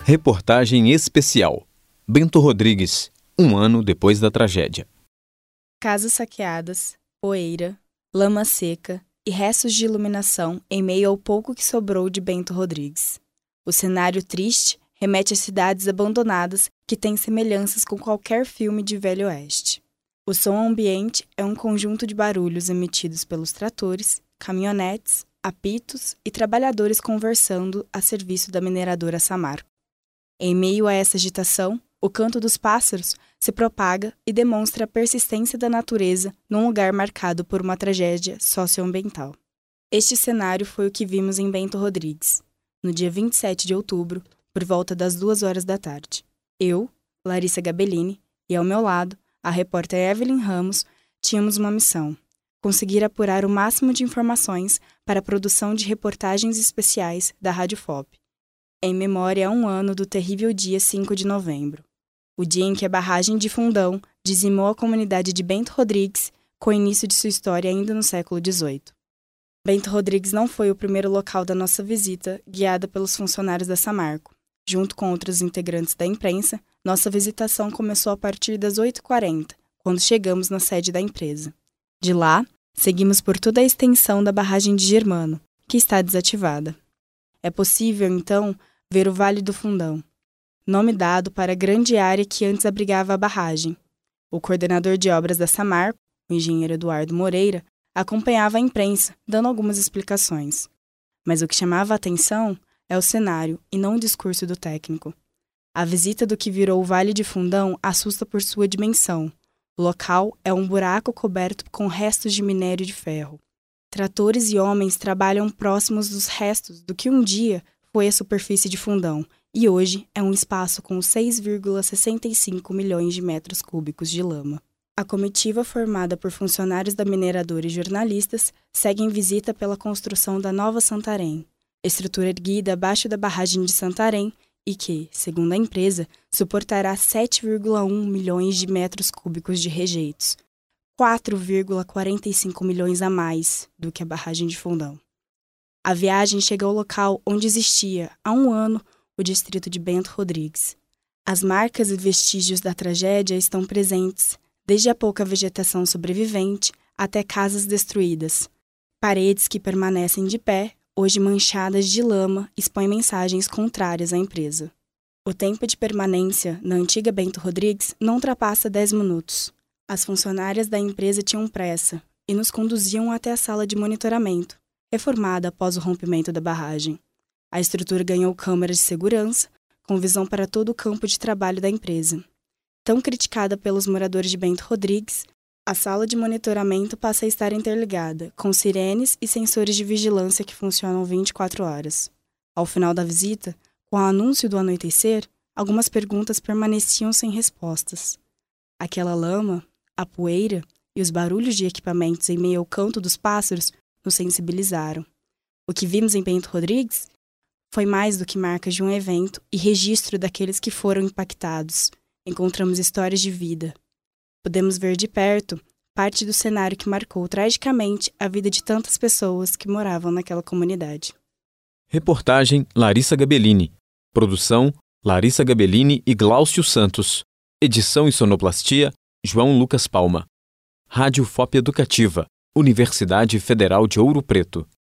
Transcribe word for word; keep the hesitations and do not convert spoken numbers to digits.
Reportagem especial. Bento Rodrigues, um ano depois da tragédia. Casas saqueadas, poeira, lama seca e restos de iluminação em meio ao pouco que sobrou de Bento Rodrigues. O cenário triste remete a cidades abandonadas que têm semelhanças com qualquer filme de Velho Oeste. O som ambiente é um conjunto de barulhos emitidos pelos tratores, caminhonetes, apitos e trabalhadores conversando a serviço da mineradora Samarco. Em meio a essa agitação, o canto dos pássaros se propaga e demonstra a persistência da natureza num lugar marcado por uma tragédia socioambiental. Este cenário foi o que vimos em Bento Rodrigues, no dia vinte e sete de outubro, por volta das duas horas da tarde. Eu, Larissa Gabellini, e ao meu lado, a repórter Evelyn Ramos, tínhamos uma missão: conseguir apurar o máximo de informações para a produção de reportagens especiais da Rádio F O P, em memória a um ano do terrível dia cinco de novembro, o dia em que a barragem de Fundão dizimou a comunidade de Bento Rodrigues com o início de sua história ainda no século dezoito. Bento Rodrigues não foi o primeiro local da nossa visita, guiada pelos funcionários da Samarco. Junto com outros integrantes da imprensa, nossa visitação começou a partir das oito e quarenta, quando chegamos na sede da empresa. De lá, seguimos por toda a extensão da barragem de Germano, que está desativada. É possível, então, ver o Vale do Fundão, nome dado para a grande área que antes abrigava a barragem. O coordenador de obras da Samarco, o engenheiro Eduardo Moreira, acompanhava a imprensa, dando algumas explicações. Mas o que chamava a atenção é o cenário e não o discurso do técnico. A visita do que virou o Vale de Fundão assusta por sua dimensão. O local é um buraco coberto com restos de minério de ferro. Tratores e homens trabalham próximos dos restos do que um dia foi a superfície de Fundão, e hoje é um espaço com seis vírgula sessenta e cinco milhões de metros cúbicos de lama. A comitiva, formada por funcionários da mineradora e jornalistas, segue em visita pela construção da Nova Santarém, estrutura erguida abaixo da barragem de Santarém e que, segundo a empresa, suportará sete vírgula um milhões de metros cúbicos de rejeitos, quatro vírgula quarenta e cinco milhões a mais do que a barragem de Fundão. A viagem chega ao local onde existia, há um ano, o distrito de Bento Rodrigues. As marcas e vestígios da tragédia estão presentes, desde a pouca vegetação sobrevivente até casas destruídas. Paredes que permanecem de pé, hoje manchadas de lama, expõem mensagens contrárias à empresa. O tempo de permanência na antiga Bento Rodrigues não ultrapassa dez minutos. As funcionárias da empresa tinham pressa e nos conduziam até a sala de monitoramento, reformada após o rompimento da barragem. A estrutura ganhou câmeras de segurança, com visão para todo o campo de trabalho da empresa. Tão criticada pelos moradores de Bento Rodrigues, a sala de monitoramento passa a estar interligada, com sirenes e sensores de vigilância que funcionam vinte e quatro horas. Ao final da visita, com o anúncio do anoitecer, algumas perguntas permaneciam sem respostas. Aquela lama, a poeira e os barulhos de equipamentos em meio ao canto dos pássaros nos sensibilizaram. O que vimos em Bento Rodrigues foi mais do que marca de um evento e registro daqueles que foram impactados. Encontramos histórias de vida. Podemos ver de perto parte do cenário que marcou tragicamente a vida de tantas pessoas que moravam naquela comunidade. Reportagem Larissa Gabellini. Produção Larissa Gabellini e Glaucio Santos. Edição e sonoplastia João Lucas Palma. Rádio F O P Educativa, Universidade Federal de Ouro Preto.